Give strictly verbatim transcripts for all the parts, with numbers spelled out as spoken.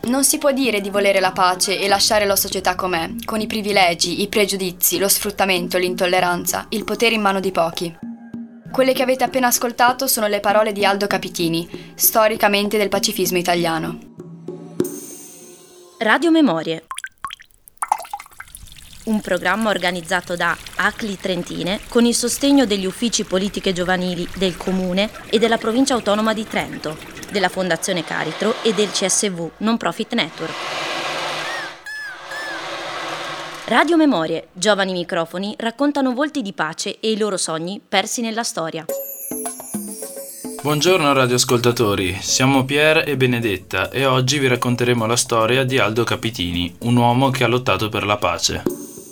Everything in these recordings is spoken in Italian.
Non si può dire di volere la pace e lasciare la società com'è, con i privilegi, i pregiudizi, lo sfruttamento, l'intolleranza, il potere in mano di pochi. Quelle che avete appena ascoltato sono le parole di Aldo Capitini, storicamente del pacifismo italiano. Radio Memorie. Un programma organizzato da A C L I Trentine con il sostegno degli uffici politiche giovanili del Comune e della Provincia Autonoma di Trento, della Fondazione Caritro e del C S V Non Profit Network. Radio Memorie, giovani microfoni raccontano volti di pace e i loro sogni persi nella storia. Buongiorno radioascoltatori, siamo Pier e Benedetta e oggi vi racconteremo la storia di Aldo Capitini, un uomo che ha lottato per la pace.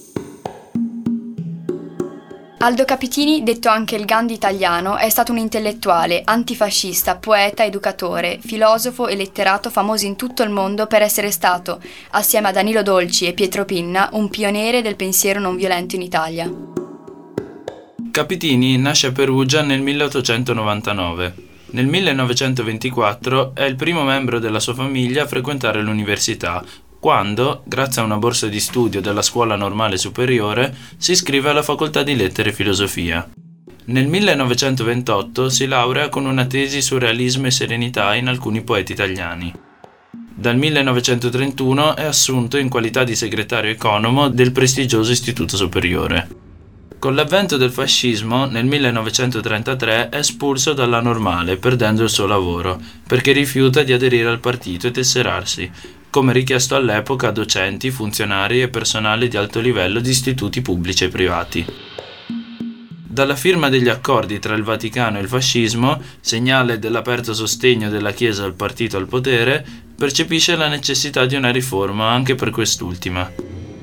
Aldo Capitini, detto anche il Gandhi italiano, è stato un intellettuale, antifascista, poeta, educatore, filosofo e letterato famoso in tutto il mondo per essere stato, assieme a Danilo Dolci e Pietro Pinna, un pioniere del pensiero non violento in Italia. Capitini nasce a Perugia nel milleottocentonovantanove. Nel millenovecentoventiquattro è il primo membro della sua famiglia a frequentare l'università, quando, grazie a una borsa di studio della Scuola Normale Superiore, si iscrive alla Facoltà di Lettere e Filosofia. Nel millenovecentoventotto si laurea con una tesi su realismo e serenità in alcuni poeti italiani. Dal millenovecentotrentuno è assunto in qualità di segretario economo del prestigioso Istituto Superiore. Con l'avvento del fascismo, nel millenovecentotrentatré è espulso dalla Normale, perdendo il suo lavoro, perché rifiuta di aderire al partito e tesserarsi, come richiesto all'epoca a docenti, funzionari e personale di alto livello di istituti pubblici e privati. Dalla firma degli accordi tra il Vaticano e il fascismo, segnale dell'aperto sostegno della Chiesa al partito al potere, percepisce la necessità di una riforma anche per quest'ultima.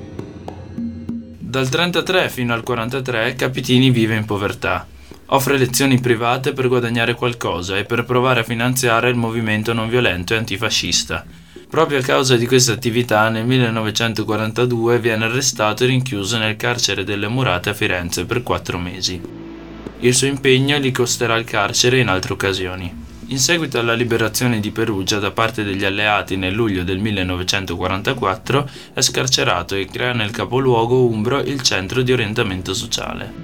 Dal trentatré fino al quarantatré Capitini vive in povertà. Offre lezioni private per guadagnare qualcosa e per provare a finanziare il movimento non violento e antifascista. Proprio a causa di questa attività nel millenovecentoquarantadue viene arrestato e rinchiuso nel carcere delle Murate a Firenze per quattro mesi. Il suo impegno gli costerà il carcere in altre occasioni. In seguito alla liberazione di Perugia da parte degli alleati nel luglio del millenovecentoquarantaquattro è scarcerato e crea nel capoluogo umbro il centro di orientamento sociale.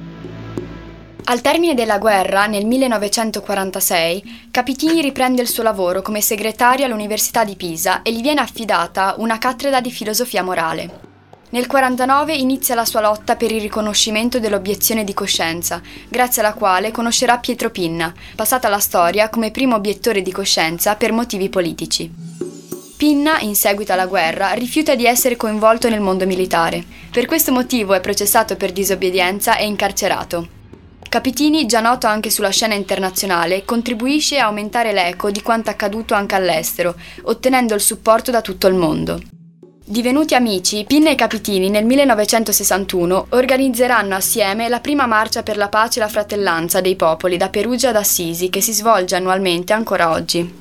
Al termine della guerra, nel millenovecentoquarantasei, Capitini riprende il suo lavoro come segretario all'Università di Pisa e gli viene affidata una cattedra di filosofia morale. Nel quarantanove inizia la sua lotta per il riconoscimento dell'obiezione di coscienza, grazie alla quale conoscerà Pietro Pinna, passato alla storia come primo obiettore di coscienza per motivi politici. Pinna, in seguito alla guerra, rifiuta di essere coinvolto nel mondo militare. Per questo motivo è processato per disobbedienza e incarcerato. Capitini, già noto anche sulla scena internazionale, contribuisce a aumentare l'eco di quanto accaduto anche all'estero, ottenendo il supporto da tutto il mondo. Divenuti amici, Pinna e Capitini nel millenovecentosessantuno organizzeranno assieme la prima marcia per la pace e la fratellanza dei popoli da Perugia ad Assisi, che si svolge annualmente ancora oggi.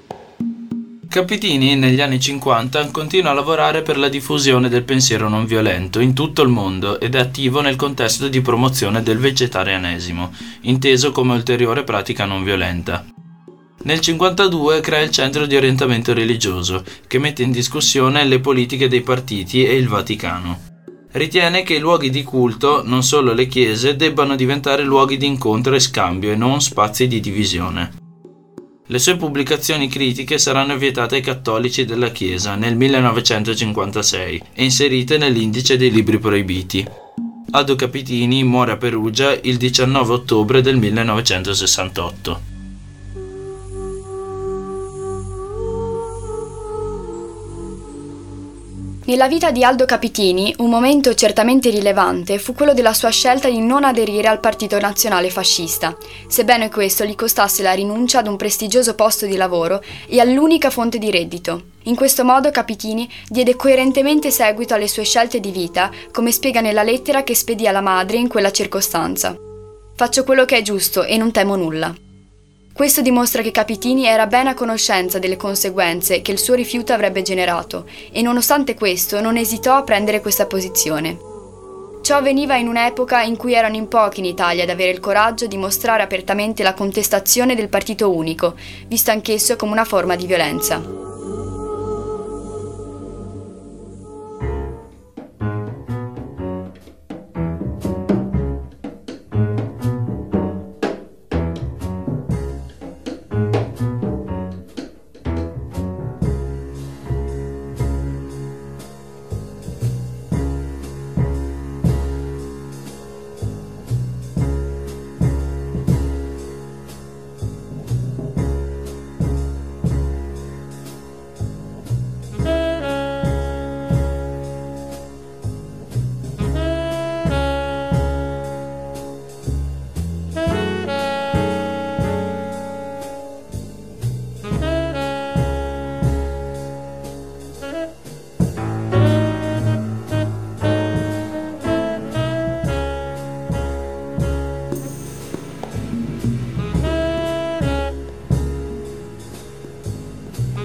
Capitini negli anni cinquanta continua a lavorare per la diffusione del pensiero non violento in tutto il mondo ed è attivo nel contesto di promozione del vegetarianesimo, inteso come ulteriore pratica non violenta. Nel cinquantadue crea il Centro di Orientamento Religioso, che mette in discussione le politiche dei partiti e il Vaticano. Ritiene che i luoghi di culto, non solo le chiese, debbano diventare luoghi di incontro e scambio e non spazi di divisione. Le sue pubblicazioni critiche saranno vietate ai cattolici della Chiesa nel millenovecentocinquantasei e inserite nell'indice dei libri proibiti. Aldo Capitini muore a Perugia il diciannove ottobre del millenovecentosessantotto. Nella vita di Aldo Capitini, un momento certamente rilevante fu quello della sua scelta di non aderire al Partito Nazionale Fascista, sebbene questo gli costasse la rinuncia ad un prestigioso posto di lavoro e all'unica fonte di reddito. In questo modo Capitini diede coerentemente seguito alle sue scelte di vita, come spiega nella lettera che spedì alla madre in quella circostanza. «Faccio quello che è giusto e non temo nulla». Questo dimostra che Capitini era ben a conoscenza delle conseguenze che il suo rifiuto avrebbe generato e nonostante questo non esitò a prendere questa posizione. Ciò avveniva in un'epoca in cui erano in pochi in Italia ad avere il coraggio di mostrare apertamente la contestazione del partito unico, visto anch'esso come una forma di violenza.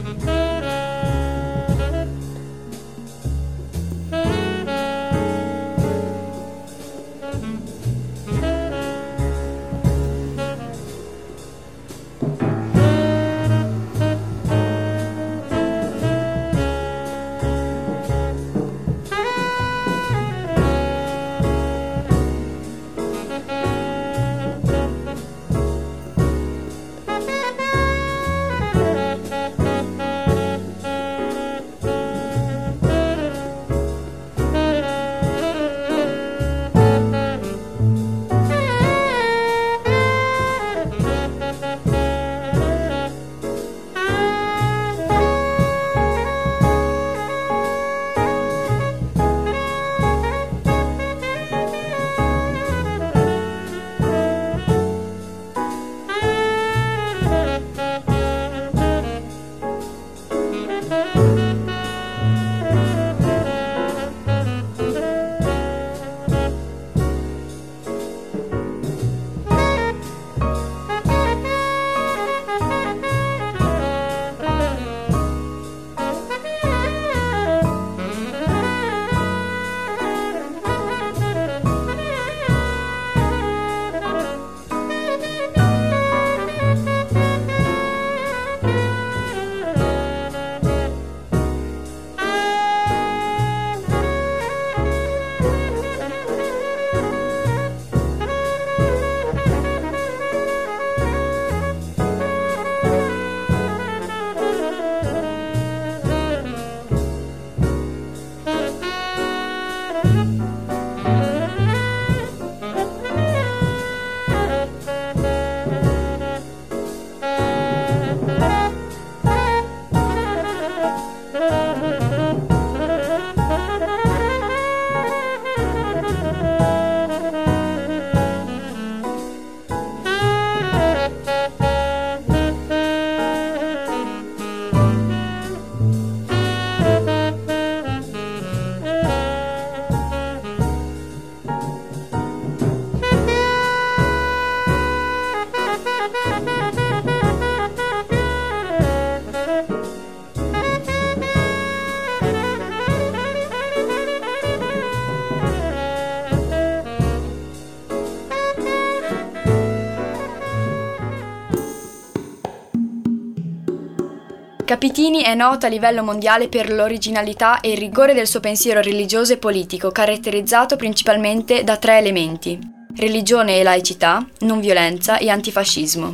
Capitini è nota a livello mondiale per l'originalità e il rigore del suo pensiero religioso e politico, caratterizzato principalmente da tre elementi: religione e laicità, non violenza e antifascismo.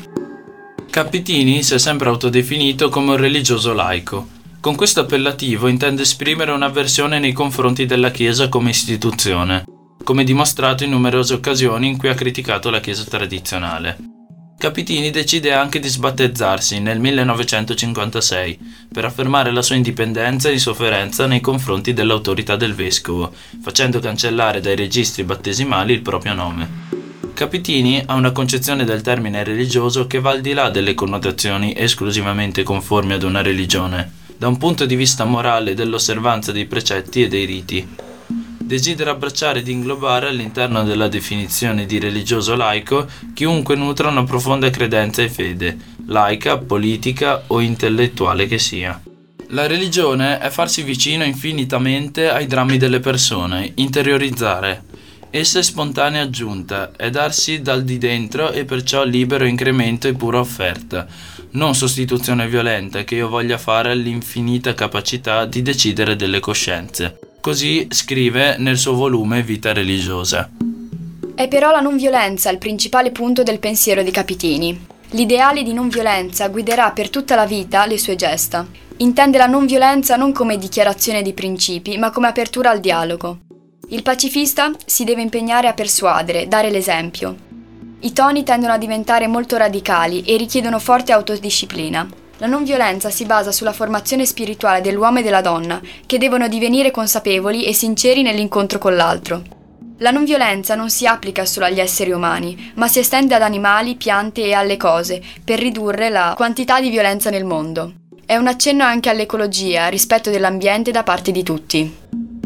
Capitini si è sempre autodefinito come un religioso laico. Con questo appellativo intende esprimere un'avversione nei confronti della Chiesa come istituzione, come dimostrato in numerose occasioni in cui ha criticato la Chiesa tradizionale. Capitini decide anche di sbattezzarsi nel millenovecentocinquantasei per affermare la sua indipendenza e insofferenza nei confronti dell'autorità del vescovo, facendo cancellare dai registri battesimali il proprio nome. Capitini ha una concezione del termine religioso che va al di là delle connotazioni esclusivamente conformi ad una religione, da un punto di vista morale dell'osservanza dei precetti e dei riti. Desidera abbracciare ed inglobare all'interno della definizione di religioso laico chiunque nutra una profonda credenza e fede, laica, politica o intellettuale che sia. La religione è farsi vicino infinitamente ai drammi delle persone, interiorizzare. Essa è spontanea aggiunta, è darsi dal di dentro e perciò libero incremento e pura offerta, non sostituzione violenta che io voglia fare all'infinita capacità di decidere delle coscienze. Così scrive nel suo volume Vita religiosa. È però la non violenza il principale punto del pensiero di Capitini. L'ideale di non violenza guiderà per tutta la vita le sue gesta. Intende la non violenza non come dichiarazione di principi, ma come apertura al dialogo. Il pacifista si deve impegnare a persuadere, dare l'esempio. I toni tendono a diventare molto radicali e richiedono forte autodisciplina. La non violenza si basa sulla formazione spirituale dell'uomo e della donna, che devono divenire consapevoli e sinceri nell'incontro con l'altro. La non violenza non si applica solo agli esseri umani, ma si estende ad animali, piante e alle cose, per ridurre la quantità di violenza nel mondo. È un accenno anche all'ecologia, rispetto dell'ambiente da parte di tutti.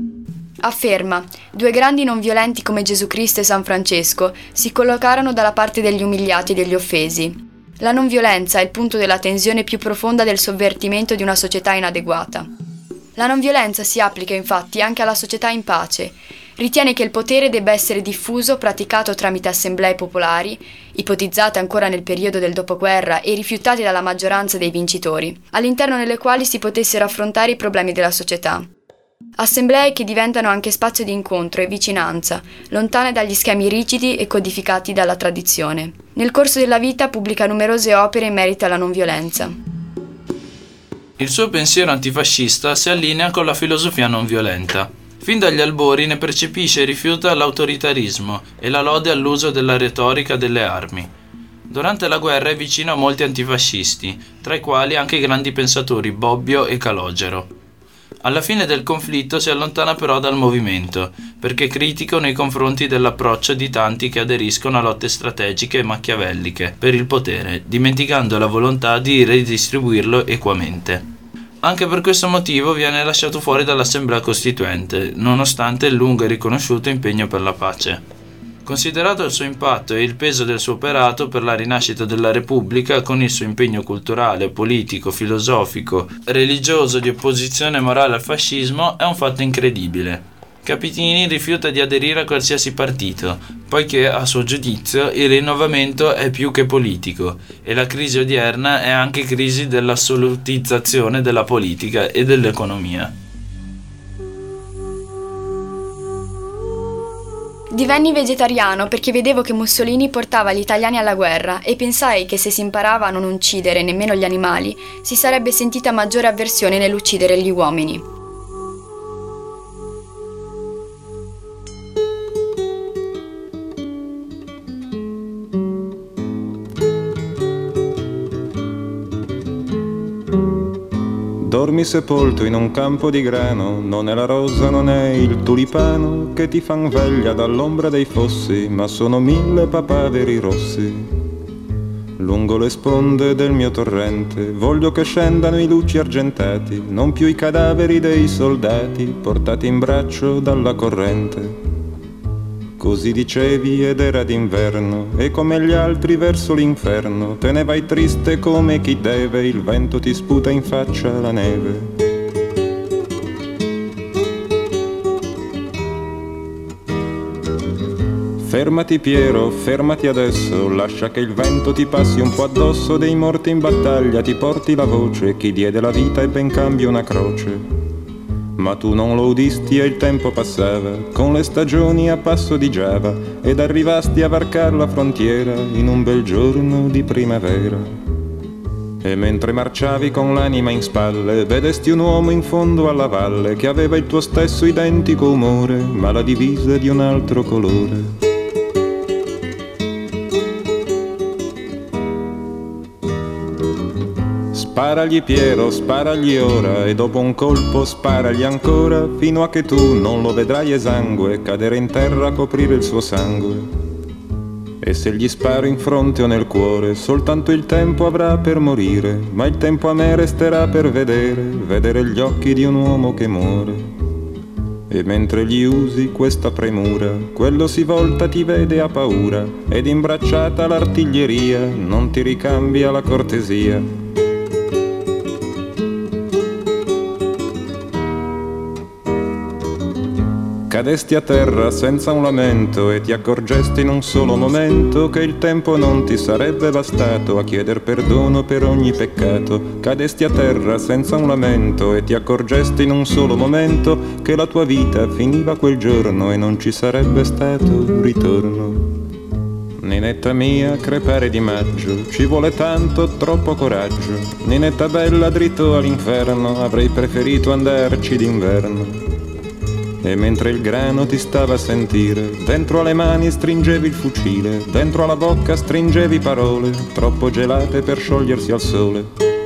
Afferma: due grandi non violenti come Gesù Cristo e San Francesco si collocarono dalla parte degli umiliati e degli offesi. La non violenza è il punto della tensione più profonda del sovvertimento di una società inadeguata. La non violenza si applica infatti anche alla società in pace. Ritiene che il potere debba essere diffuso, praticato tramite assemblee popolari, ipotizzate ancora nel periodo del dopoguerra e rifiutate dalla maggioranza dei vincitori, all'interno delle quali si potessero affrontare i problemi della società. Assemblee che diventano anche spazio di incontro e vicinanza, lontane dagli schemi rigidi e codificati dalla tradizione. Nel corso della vita pubblica numerose opere in merito alla non violenza. Il suo pensiero antifascista si allinea con la filosofia non violenta. Fin dagli albori ne percepisce e rifiuta l'autoritarismo e la lode all'uso della retorica delle armi. Durante la guerra è vicino a molti antifascisti, tra i quali anche i grandi pensatori Bobbio e Calogero. Alla fine del conflitto si allontana però dal movimento, perché è critico nei confronti dell'approccio di tanti che aderiscono a lotte strategiche e machiavelliche per il potere, dimenticando la volontà di redistribuirlo equamente. Anche per questo motivo viene lasciato fuori dall'Assemblea Costituente, nonostante il lungo e riconosciuto impegno per la pace. Considerato il suo impatto e il peso del suo operato per la rinascita della Repubblica, con il suo impegno culturale, politico, filosofico, religioso di opposizione morale al fascismo, è un fatto incredibile. Capitini rifiuta di aderire a qualsiasi partito, poiché, a suo giudizio, il rinnovamento è più che politico e la crisi odierna è anche crisi dell'assolutizzazione della politica e dell'economia. Divenni vegetariano perché vedevo che Mussolini portava gli italiani alla guerra e pensai che se si imparava a non uccidere nemmeno gli animali, si sarebbe sentita maggiore avversione nell'uccidere gli uomini. Dormi sepolto in un campo di grano, non è la rosa, non è il tulipano che ti fan veglia dall'ombra dei fossi, ma sono mille papaveri rossi. Lungo le sponde del mio torrente voglio che scendano i luci argentati, non più i cadaveri dei soldati portati in braccio dalla corrente. Così dicevi ed era d'inverno e come gli altri verso l'inferno te ne vai triste come chi deve, il vento ti sputa in faccia la neve. Fermati Piero, fermati adesso, lascia che il vento ti passi un po' addosso, dei morti in battaglia ti porti la voce, chi diede la vita e ben cambia una croce. Ma tu non lo udisti e il tempo passava, con le stagioni a passo di Giava, ed arrivasti a varcar la frontiera in un bel giorno di primavera. E mentre marciavi con l'anima in spalle, vedesti un uomo in fondo alla valle, che aveva il tuo stesso identico umore, ma la divisa di un altro colore. Sparagli Piero, sparagli ora, e dopo un colpo sparagli ancora, fino a che tu non lo vedrai esangue, cadere in terra a coprire il suo sangue. E se gli sparo in fronte o nel cuore, soltanto il tempo avrà per morire, ma il tempo a me resterà per vedere, vedere gli occhi di un uomo che muore. E mentre gli usi questa premura, quello si volta, ti vede a paura, ed imbracciata l'artiglieria non ti ricambia la cortesia. Cadesti a terra senza un lamento e ti accorgesti in un solo momento che il tempo non ti sarebbe bastato a chieder perdono per ogni peccato. Cadesti a terra senza un lamento e ti accorgesti in un solo momento che la tua vita finiva quel giorno e non ci sarebbe stato ritorno. Ninetta mia, crepare di maggio, ci vuole tanto, troppo coraggio. Ninetta bella, dritto all'inferno, avrei preferito andarci d'inverno. E mentre il grano ti stava a sentire, dentro alle mani stringevi il fucile, dentro alla bocca stringevi parole, troppo gelate per sciogliersi al sole.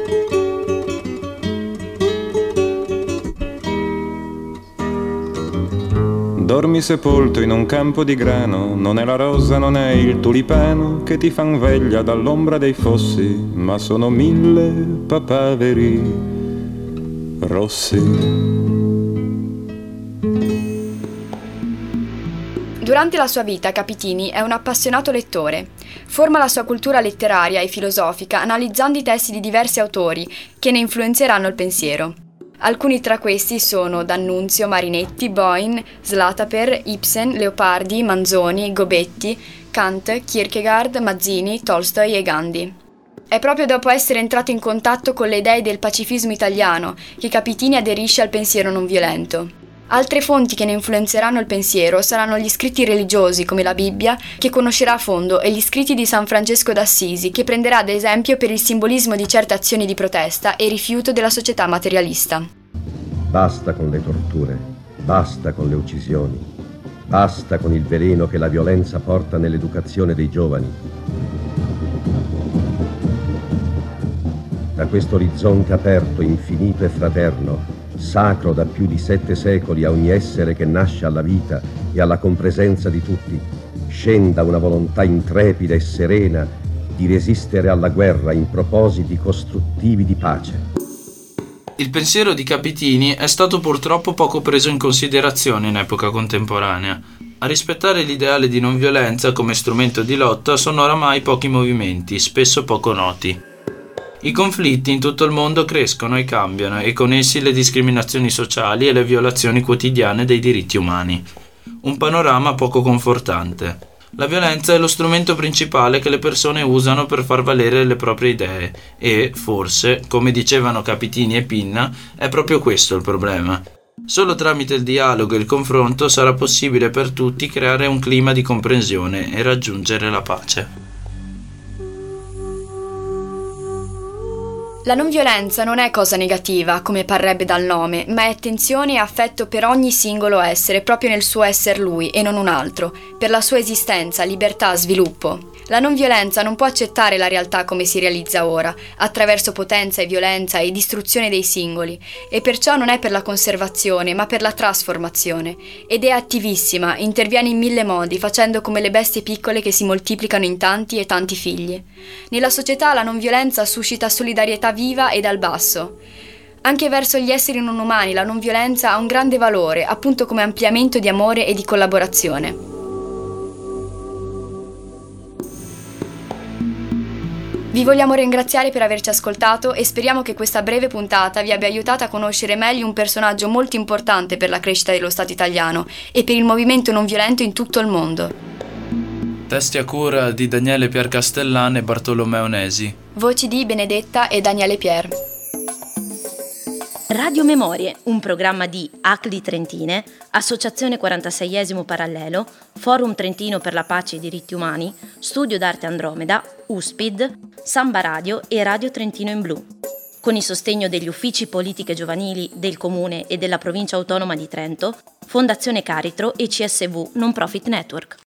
Dormi sepolto in un campo di grano, non è la rosa, non è il tulipano che ti fan veglia dall'ombra dei fossi, ma sono mille papaveri rossi. Durante la sua vita Capitini è un appassionato lettore. Forma la sua cultura letteraria e filosofica analizzando i testi di diversi autori che ne influenzeranno il pensiero. Alcuni tra questi sono D'Annunzio, Marinetti, Boine, Slataper, Ibsen, Leopardi, Manzoni, Gobetti, Kant, Kierkegaard, Mazzini, Tolstoi e Gandhi. È proprio dopo essere entrato in contatto con le idee del pacifismo italiano che Capitini aderisce al pensiero non violento. Altre fonti che ne influenzeranno il pensiero saranno gli scritti religiosi come la Bibbia, che conoscerà a fondo, e gli scritti di San Francesco d'Assisi, che prenderà ad esempio per il simbolismo di certe azioni di protesta e rifiuto della società materialista. Basta con le torture, basta con le uccisioni, basta con il veleno che la violenza porta nell'educazione dei giovani. Da questo orizzonte aperto, infinito e fraterno, sacro da più di sette secoli a ogni essere che nasce alla vita e alla compresenza di tutti, scenda una volontà intrepida e serena di resistere alla guerra in propositi costruttivi di pace. Il pensiero di Capitini è stato purtroppo poco preso in considerazione in epoca contemporanea. A rispettare l'ideale di non violenza come strumento di lotta sono oramai pochi movimenti, spesso poco noti. I conflitti in tutto il mondo crescono e cambiano e con essi le discriminazioni sociali e le violazioni quotidiane dei diritti umani. Un panorama poco confortante. La violenza è lo strumento principale che le persone usano per far valere le proprie idee e, forse, come dicevano Capitini e Pinna, è proprio questo il problema. Solo tramite il dialogo e il confronto sarà possibile per tutti creare un clima di comprensione e raggiungere la pace. La non violenza non è cosa negativa, come parrebbe dal nome, ma è attenzione e affetto per ogni singolo essere, proprio nel suo esser lui e non un altro, per la sua esistenza, libertà, sviluppo. La non violenza non può accettare la realtà come si realizza ora, attraverso potenza e violenza e distruzione dei singoli, e perciò non è per la conservazione, ma per la trasformazione. Ed è attivissima, interviene in mille modi, facendo come le bestie piccole che si moltiplicano in tanti e tanti figli. Nella società la non violenza suscita solidarietà viva e dal basso. Anche verso gli esseri non umani la non violenza ha un grande valore, appunto come ampliamento di amore e di collaborazione. Vi vogliamo ringraziare per averci ascoltato e speriamo che questa breve puntata vi abbia aiutato a conoscere meglio un personaggio molto importante per la crescita dello Stato italiano e per il movimento non violento in tutto il mondo. Testi a cura di Daniele Pier Castellan e Bartolomeo Nesi. Voci di Benedetta e Daniele Pier. Radio Memorie, un programma di A C L I Trentine, Associazione quarantaseiesimo Parallelo, Forum Trentino per la Pace e i Diritti Umani, Studio d'Arte Andromeda, U S P I D, Samba Radio e Radio Trentino in Blu. Con il sostegno degli uffici politiche giovanili del Comune e della Provincia Autonoma di Trento, Fondazione Caritro e C S V Non Profit Network.